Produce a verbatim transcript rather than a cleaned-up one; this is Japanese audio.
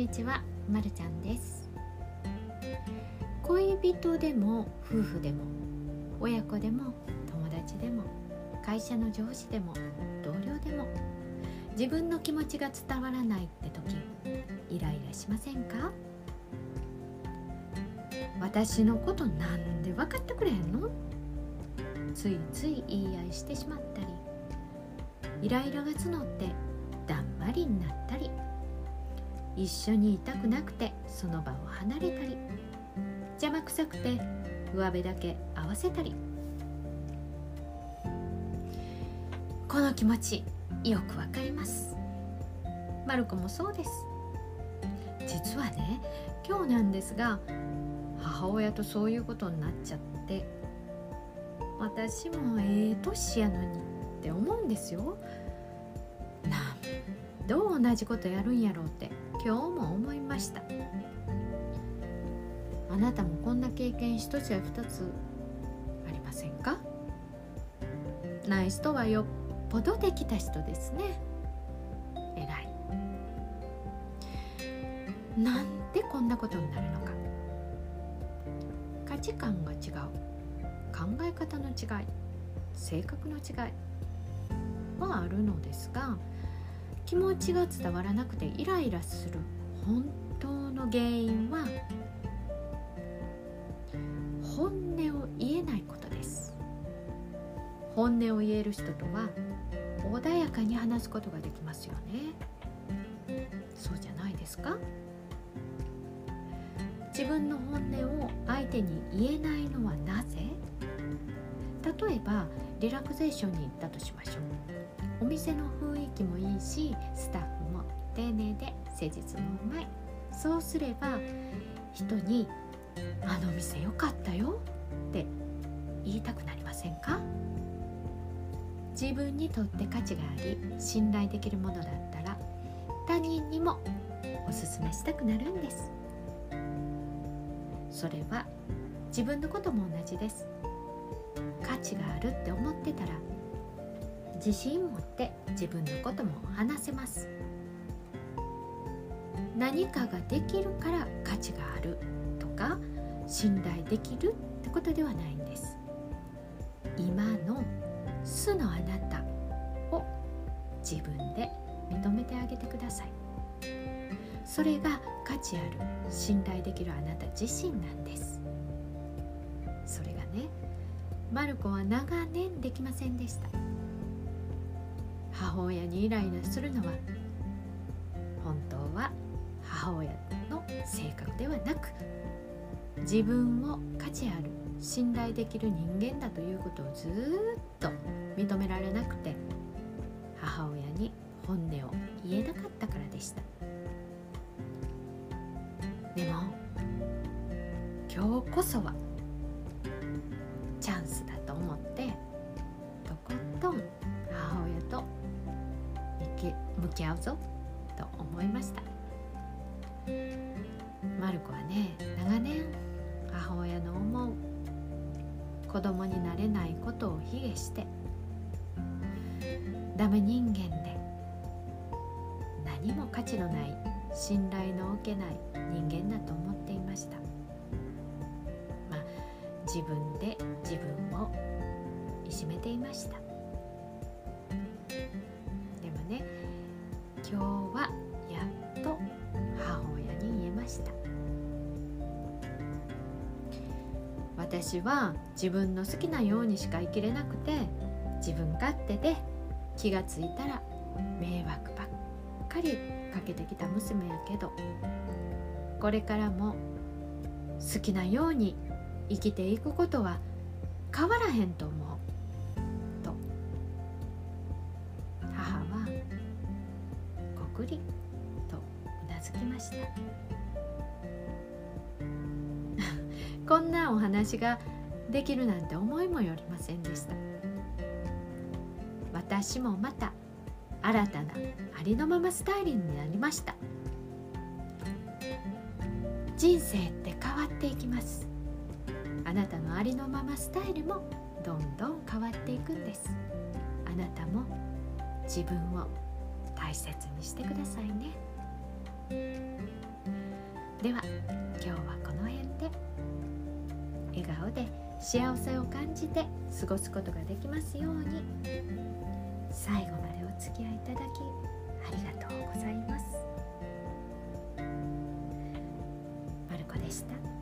にちは、まるちゃんです。恋人でも夫婦でも親子でも友達でも会社の上司でも同僚でも自分の気持ちが伝わらないって時イライラしませんか？私のことなんで分かってくれへんの？ついつい言い合いしてしまったり、イライラが募ってだんまりになったり、一緒にいたくなくてその場を離れたり、邪魔くさくて上辺だけ合わせたり。この気持ちよくわかります。マルコもそうです。実はね、今日なんですが、母親とそういうことになっちゃって、私もええ年やのにって思うんですよ。なんどう同じことやるんやろうって今日も思いました。あなたもこんな経験一つや二つありませんか？ない人はよっぽどできた人ですね。えらい。なんでこんなことになるのか。価値観が違う、考え方の違い、性格の違いはあるのですが、気持ちが伝わらなくてイライラする本当の原因は本音を言えないことです。本音を言える人とは穏やかに話すことができますよね。そうじゃないですか？自分の本音を相手に言えないのはなぜ？例えばリラクゼーションに行ったとしましょう。お店の雰囲気もいいし、スタッフも丁寧で施術もうまい。そうすれば人にあの店良かったよって言いたくなりませんか？自分にとって価値があり信頼できるものだったら他人にもおすすめしたくなるんです。それは自分のことも同じです。価値があるって思ってたら自信持って自分のことも話せます。何かができるから価値があるとか信頼できるってことではないんです。今の素のあなたを自分で認めてあげてください。それが価値ある信頼できるあなた自身なんです。それがね、マルコは長年できませんでした。母親にイライラするのは本当は母親の性格ではなく、自分を価値ある信頼できる人間だということをずっと認められなくて、母親に本音を言えなかったからでした。でも今日こそはチャンスだと思ってとことん母親と向き合うぞと思いました。マルコはね、長年母親の思う子供になれないことを卑下してダメ人間で何も価値のない信頼の受けない人間だと思っていました。まあ自分で自分をいじめていました。でもね、今日はやっと母親に言えました。私は自分の好きなようにしか生きれなくて自分勝手で、気がついたら迷惑ばっかりかけてきた娘やけど、これからも好きなように生きていくことは変わらへんと思うと母はこくりとうなずきました。こんなお話ができるなんて思いもよりませんでした。私もまた新たなありのままスタイルになりました。人生って変わっていきます。あなたのありのままスタイルもどんどん変わっていくんです。あなたも自分を大切にしてくださいね。 では今日はこの辺で。笑顔で幸せを感じて過ごすことができますように。最後までお付き合いいただきありがとうございます。まるこでした。